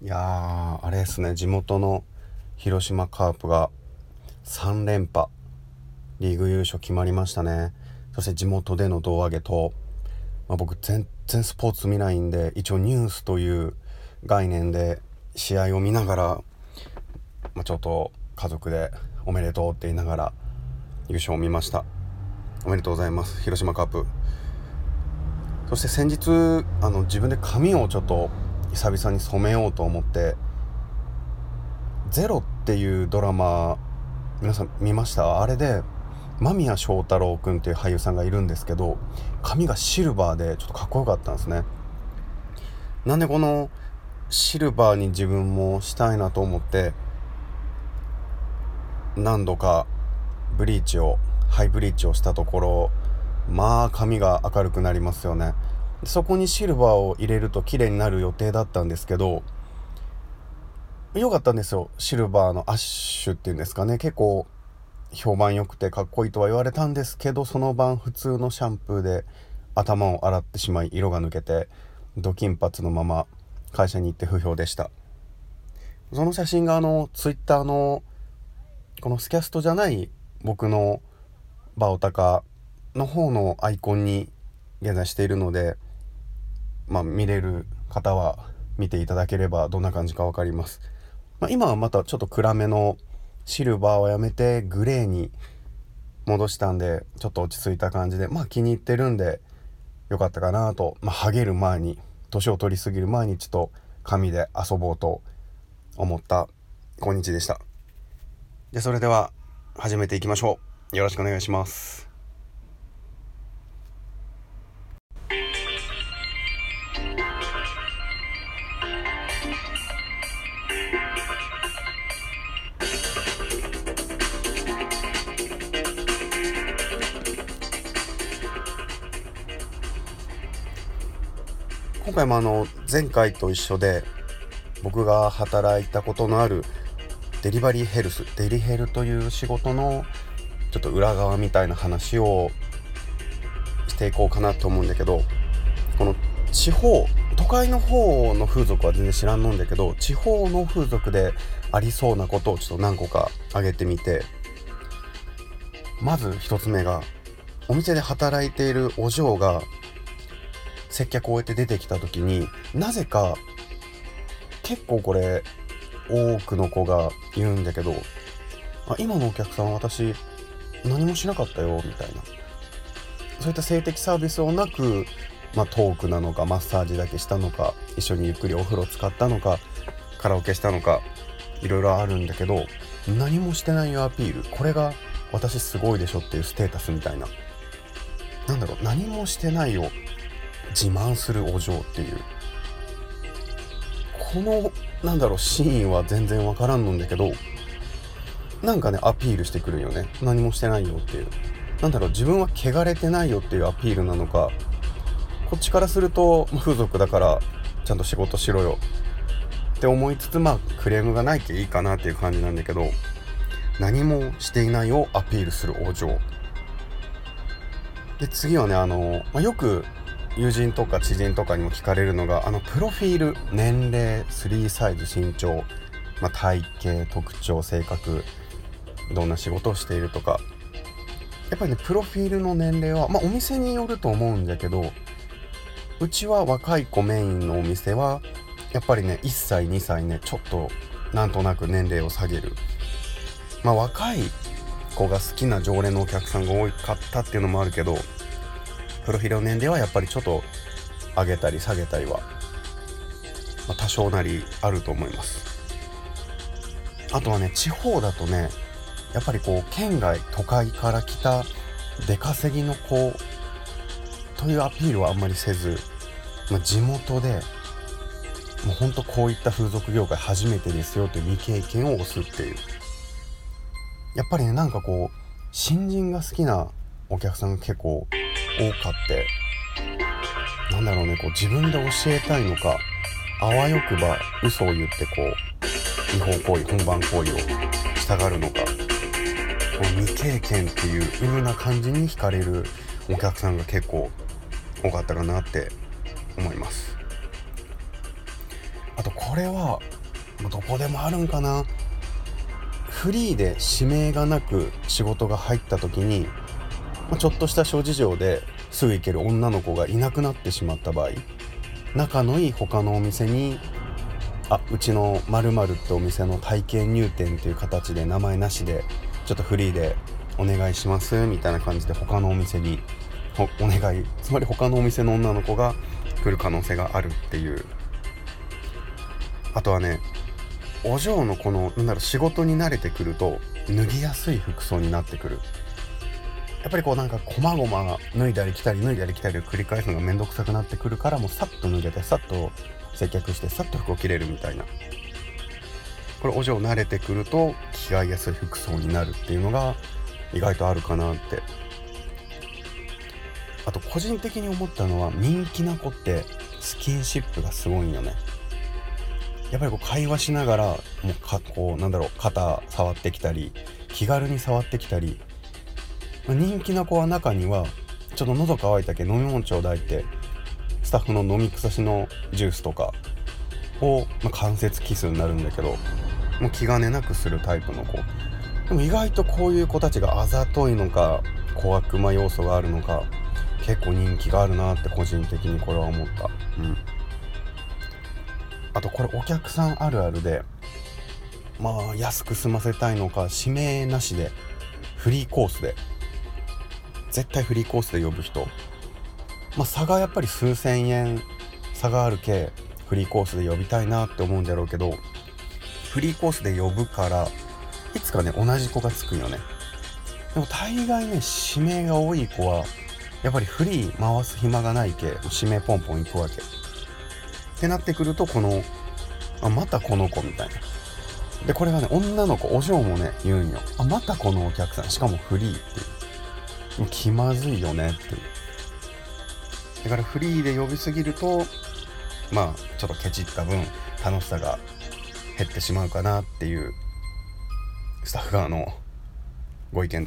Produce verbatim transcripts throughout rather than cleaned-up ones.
いやーあれですね、地元の広島カープがさん連覇リーグ優勝決まりましたね。そして地元での胴上げと、まあ、僕全然スポーツ見ないんで、一応ニュースという概念で試合を見ながら、まあ、ちょっと家族でおめでとうって言いながら優勝を見ました。おめでとうございます広島カープ。そして先日あの自分で髪をちょっと久々に染めようと思って、ゼロっていうドラマ皆さん見ました？あれで間宮祥太朗くんっていう俳優さんがいるんですけど、髪がシルバーでちょっとかっこよかったんですね。なんでこのシルバーに自分もしたいなと思って、何度かブリーチをハイブリーチをしたところ、まあ髪が明るくなりますよね。そこにシルバーを入れると綺麗になる予定だったんですけど、良かったんですよ。シルバーのアッシュっていうんですかね、結構評判良くてかっこいいとは言われたんですけど、その晩普通のシャンプーで頭を洗ってしまい、色が抜けてド金髪のまま会社に行って不評でした。その写真があのツイッターのこのスキャストじゃない僕のバオタカの方のアイコンに現在しているので、まあ見れる方は見ていただければどんな感じか分かります。まあ、今はまたちょっと暗めのシルバーをやめてグレーに戻したんで、ちょっと落ち着いた感じで、まあ気に入ってるんでよかったかなと。まあハゲる前に、年を取りすぎる前にちょっと髪で遊ぼうと思った今日でした。でそれでは始めていきましょう。よろしくお願いします。今回もあの前回と一緒で、僕が働いたことのあるデリバリーヘルス、デリヘルという仕事のちょっと裏側みたいな話をしていこうかなと思うんだけど、この地方、都会の方の風俗は全然知らんのんだけど、地方の風俗でありそうなことをちょっと何個か挙げてみて、まず一つ目が、お店で働いているお嬢が接客を終えて出てきた時に、なぜか結構これ多くの子が言うんだけど、あ、今のお客さん私何もしなかったよみたいな、そういった性的サービスをなく、まあ、トークなのかマッサージだけしたのか、一緒にゆっくりお風呂使ったのか、カラオケしたのか、いろいろあるんだけど、何もしてないよアピール、これが私すごいでしょっていうステータスみたいな、なんだろう、何もしてないを自慢するお嬢っていう、このなんだろうシーンは全然わからんのんだけど、なんかねアピールしてくるよね。何もしてないよっていう、なんだろう、自分は汚れてないよっていうアピールなのか、こっちからすると風俗だからちゃんと仕事しろよって思いつつ、まあクレームがないけいいかなっていう感じなんだけど、何もしていないをアピールするお嬢で、次はね、あの、まあ、よく友人とか知人とかにも聞かれるのが、あのプロフィール、年齢、スリーサイズ、身長、まあ、体型、特徴、性格、どんな仕事をしているとか。やっぱりね、プロフィールの年齢は、まあ、お店によると思うんだけど、うちは若い子メインのお店はやっぱりね、いっさいにさいね、ちょっとなんとなく年齢を下げる。まあ若い子が好きな常連のお客さんが多かったっていうのもあるけど、プロフィールの年齢はやっぱりちょっと上げたり下げたりは、まあ、多少なりあると思います。あとはね、地方だとね、やっぱりこう県外、都会から来た出稼ぎの子というアピールはあんまりせず、まあ、地元でもうほんとこういった風俗業界初めてですよという未経験を推すっていう、やっぱりね、なんかこう新人が好きなお客さんが結構多かって、なんだろうね、こう自分で教えたいのか、あわよくば嘘を言ってこう違法行為、本番行為をしたがるのか、こう未経験っていう風な感じに惹かれるお客さんが結構多かったかなって思います。あとこれはもうどこでもあるんかな。フリーで指名がなく仕事が入った時に、まあ、ちょっとした諸事情ですぐ行ける女の子がいなくなってしまった場合、仲のいい他のお店に、あ、うちの〇〇ってお店の体験入店という形で名前なしでちょっとフリーでお願いしますみたいな感じで他のお店にお願い、つまり他のお店の女の子が来る可能性があるっていう。あとはね、お嬢のこのなんだろう、仕事に慣れてくると脱ぎやすい服装になってくる。やっぱりこうなんかこまごま脱いだり着たり脱いだり着たりを繰り返すのがめんどくさくなってくるから、もうさっと脱げてさっと接客してさっと服を着れるみたいな。これお嬢慣れてくると着替えやすい服装になるっていうのが意外とあるかなって。あと個人的に思ったのは、人気な子ってスキンシップがすごいんよね。やっぱりこう会話しながらもうかこうなんだろう、肩触ってきたり気軽に触ってきたり、人気な子は中にはちょっと喉乾いたけ飲み物ちょうだいってスタッフの飲み腐しのジュースとかを、まあ、間接キスになるんだけど、もう気兼ねなくするタイプの子。でも意外とこういう子たちがあざといのか小悪魔要素があるのか、結構人気があるなって個人的にこれは思った。うん。あとこれお客さんあるあるで、まあ安く済ませたいのか指名なしでフリーコースで、絶対フリーコースで呼ぶ人、まあ差がやっぱり数千円差があるけフリーコースで呼びたいなって思うんだろうけど、フリーコースで呼ぶからいつかね同じ子がつくよね。でも大概ね指名が多い子はやっぱりフリー回す暇がないけ指名ポンポン行くわけってなってくると、このあまたこの子みたいな。でこれがね女の子お嬢もね言うんよ。あまたこのお客さん、しかもフリーっていう、もう気まずいよねっていう。だからフリーで呼びすぎるとまあちょっとケチった分楽しさが減ってしまうかなっていうスタッフ側のご意見です。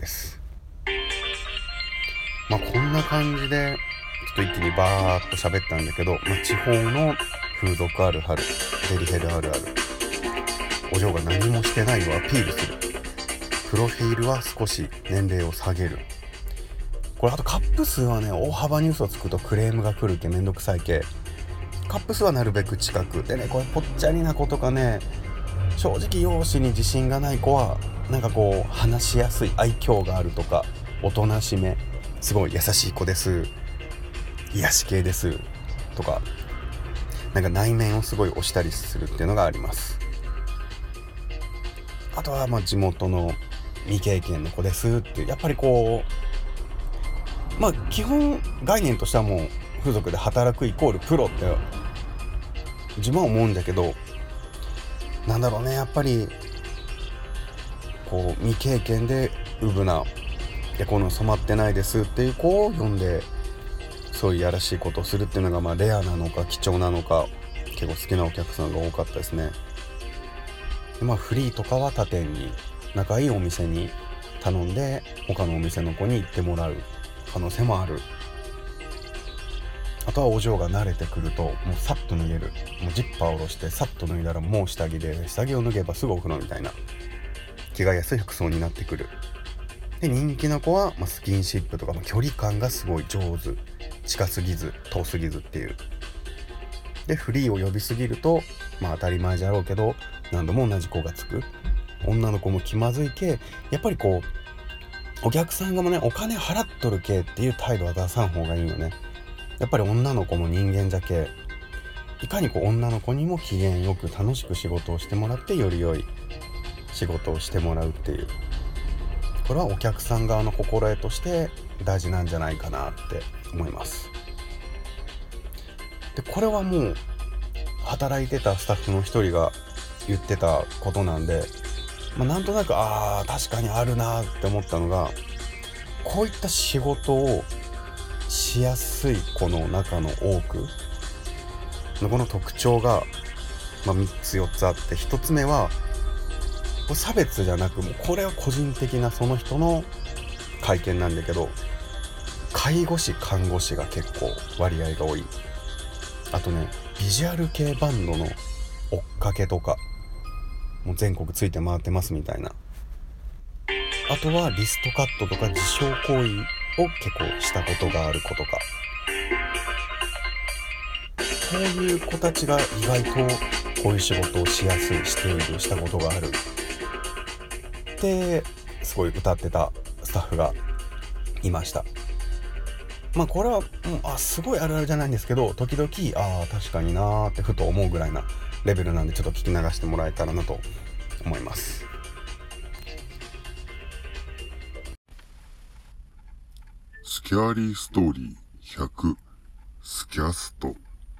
まあこんな感じでちょっと一気にバーッと喋ったんだけど、まあ、地方の風俗あるある、デリヘルあるある、お嬢が何もしてないをアピールする、プロフィールは少し年齢を下げる。これあとカップ数はね大幅に嘘つくとクレームが来るけめんどくさいけ、カップ数はなるべく近くでね。これぽっちゃりな子とかね、正直容姿に自信がない子はなんかこう話しやすい、愛嬌があるとかおとなしめ、すごい優しい子です、癒し系ですとか、なんか内面をすごい押したりするっていうのがあります。あとはまあ地元の未経験の子ですっていう、やっぱりこうまあ基本概念としてはもう風俗で働くイコールプロって自分は思うんだけど、なんだろうね、やっぱりこう未経験でウブな、でこの染まってないですっていう子を呼んでそういうやらしいことをするっていうのがまあレアなのか貴重なのか、結構好きなお客さんが多かったですね。でまあフリーとかは他店に仲いいお店に頼んで他のお店の子に行ってもらう可能性もある。あとはお嬢が慣れてくるともうさっと脱げる、もうジッパーを下ろしてさっと脱いだらもう下着で、下着を脱げばすぐお風呂みたいな着替えやすい服装になってくる。で人気の子は、まあ、スキンシップとか、まあ、距離感がすごい上手、近すぎず遠すぎずっていう。でフリーを呼びすぎるとまあ当たり前じゃろうけど何度も同じ子がつく。女の子も気まずいけ、やっぱりこうお客さんがもねお金払っとるけっていう態度は出さん方がいいよね。やっぱり女の子も人間じゃけ、いかにこう女の子にも機嫌よく楽しく仕事をしてもらってより良い仕事をしてもらうっていう、これはお客さん側の心得として大事なんじゃないかなって思います。でこれはもう働いてたスタッフの一人が言ってたことなんで、まあ、なんとなくあー確かにあるなって思ったのが、こういった仕事をしやすい子の中の多くのこの特徴が、まあ、みっつよっつあって、ひとつめは差別じゃなく、もうこれは個人的なその人の会見なんだけど、介護士看護師が結構割合が多い。あとねビジュアル系バンドの追っかけとかもう全国ついて回ってますみたいな。あとはリストカットとか自傷行為を結構したことがある子とか、こういう子たちが意外とこういう仕事をしやすい、している、したことがあるってすごい歌ってたスタッフがいました。まあこれは、うん、あすごいあるあるじゃないんですけど、時々ああ確かになーってふと思うぐらいなレベルなんで、ちょっと聞き流してもらえたらなと思います。 スキャーリーストーリーひゃくスキャスト。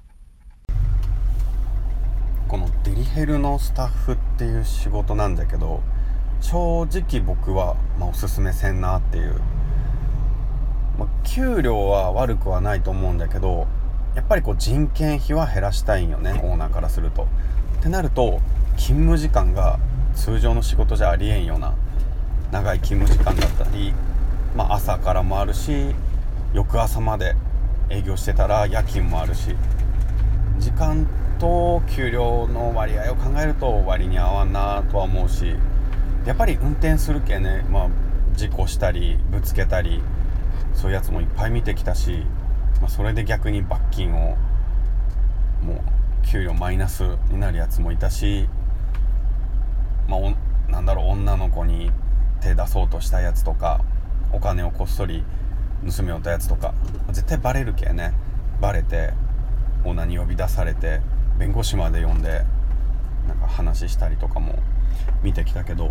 このデリヘルのスタッフっていう仕事なんだけど、正直僕は、まあ、おすすめせんなっていう、まあ、給料は悪くはないと思うんだけど、やっぱりこう人件費は減らしたいんよね、オーナーからすると。ってなると勤務時間が通常の仕事じゃありえんような長い勤務時間だったり、まあ、朝からもあるし、翌朝まで営業してたら夜勤もあるし、時間と給料の割合を考えると割に合わんなとは思うし、やっぱり運転するけね、まあ、事故したりぶつけたりそういうやつもいっぱい見てきたし、まあ、それで逆に罰金をもう給料マイナスになるやつもいたし、まあ、おなんだろう女の子に手出そうとしたやつとか、お金をこっそり盗みよったやつとか、絶対バレるけね。バレてオーナーに呼び出されて弁護士まで呼んでなんか話したりとかも見てきたけど、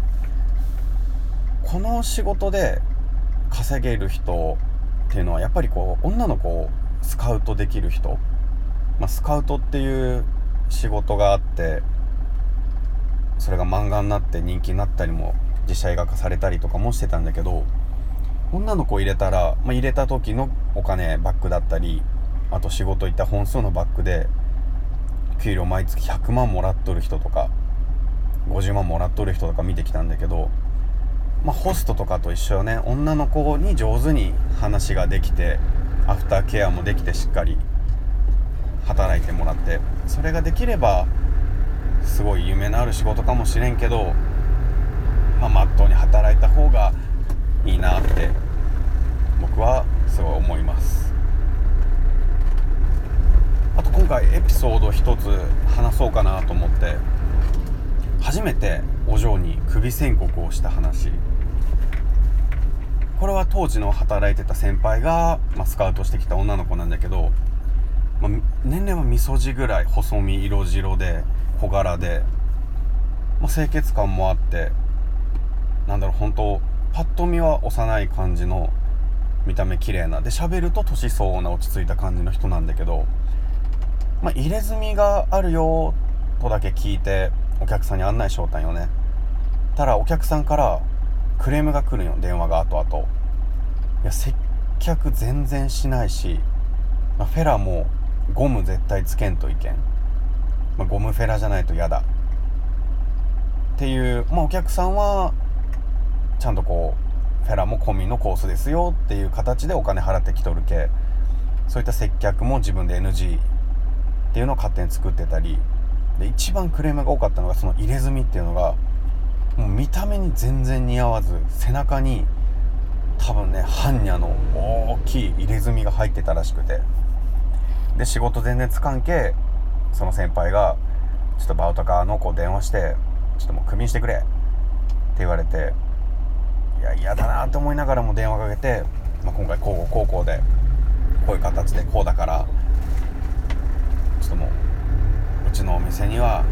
この仕事で稼げる人っていうのはやっぱりこう女の子をスカウトできる人、まあ、スカウトっていう仕事があって、それが漫画になって人気になったりも実写映画化されたりとかもしてたんだけど、女の子入れたら、まあ、入れた時のお金バックだったり、あと仕事行った本数のバックで給料毎月ひゃくまんもらっとる人とかごじゅうまんもらっとる人とか見てきたんだけど、まあホストとかと一緒よね。女の子に上手に話ができて、アフターケアもできて、しっかり働いてもらって、それができればすごい夢のある仕事かもしれんけど、まあまっとうに働いた方がいいなって僕はすごい思います。あと今回エピソード一つ話そうかなと思って、初めてお嬢に首宣告をした話。これは当時の働いてた先輩が、まあ、スカウトしてきた女の子なんだけど、まあ、年齢はみそじぐらい、細身色白で小柄で、まあ、清潔感もあって、なんだろう本当パッと見は幼い感じの見た目綺麗なで、喋ると年相応な落ち着いた感じの人なんだけど、まあ、入れ墨があるよとだけ聞いてお客さんに案内しようたんよね。ただお客さんからクレームが来るんよ、電話が後々。いや接客全然しないし、まあ、フェラもゴム絶対つけんといけん、まあ、ゴムフェラじゃないと嫌だっていう、まあ、お客さんはちゃんとこうフェラも込みのコースですよっていう形でお金払ってきとるけ、そういった接客も自分で エヌジー っていうのを勝手に作ってたりで、一番クレームが多かったのがその入れ墨っていうのが、もう見た目に全然似合わず、背中に多分ね般若の大きい入れ墨が入ってたらしくて、で仕事全然つかんけ、その先輩がちょっとバウトカーの子電話して、ちょっともうクビにしてくれって言われて、いや嫌だなって思いながらも電話かけて、まあ、今回こうこうこうでこういう形でこうだからちょっともううちのお店には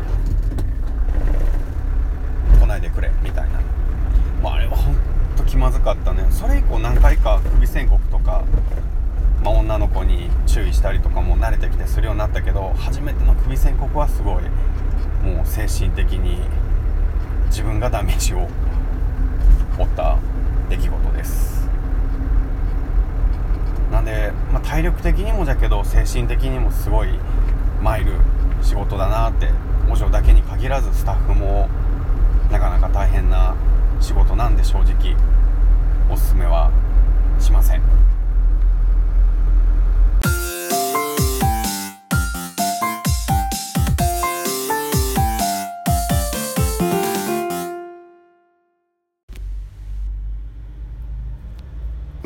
来ないでくれみたいな。まああれはほんと気まずかったね。それ以降何回か首宣告とか、まあ、女の子に注意したりとかも慣れてきてするようになったけど、初めての首宣告はすごいもう精神的に自分がダメージを負った出来事です。なんで、まあ、体力的にもじゃけど精神的にもすごい参る仕事だなって、お嬢だけに限らずスタッフもなかなか大変な仕事なんで、正直おすすめはしません。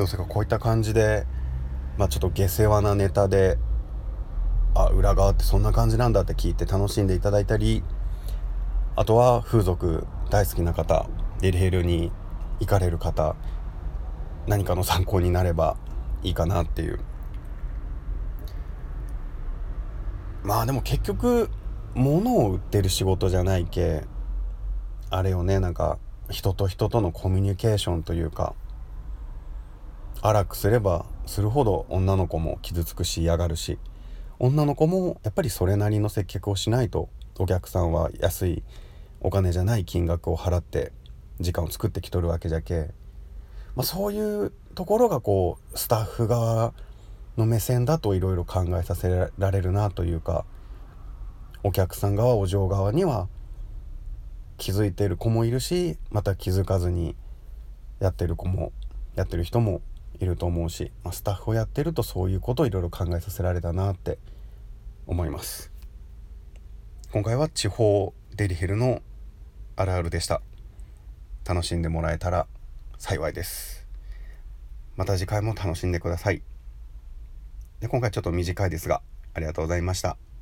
どうせかこういった感じで、まあちょっと下世話なネタで、あ、裏側ってそんな感じなんだって聞いて楽しんでいただいたり、あとは風俗大好きな方、デリヘルに行かれる方、何かの参考になればいいかなっていう。まあでも結局物を売ってる仕事じゃないけ、あれよね、なんか人と人とのコミュニケーションというか、荒くすればするほど女の子も傷つくし嫌がるし、女の子もやっぱりそれなりの接客をしないとお客さんは安いお金じゃない金額を払って時間を作ってきとるわけじゃけ、まあ、そういうところがこうスタッフ側の目線だといろいろ考えさせられるなというか、お客さん側お嬢側には気づいてる子もいるし、また気づかずにやってる子もやってる人もいると思うし、まあ、スタッフをやってるとそういうことをいろいろ考えさせられたなって思います。今回は地方デリヘルのあるあるでした。楽しんでもらえたら幸いです。また次回も楽しんでください。で、今回ちょっと短いですがありがとうございました。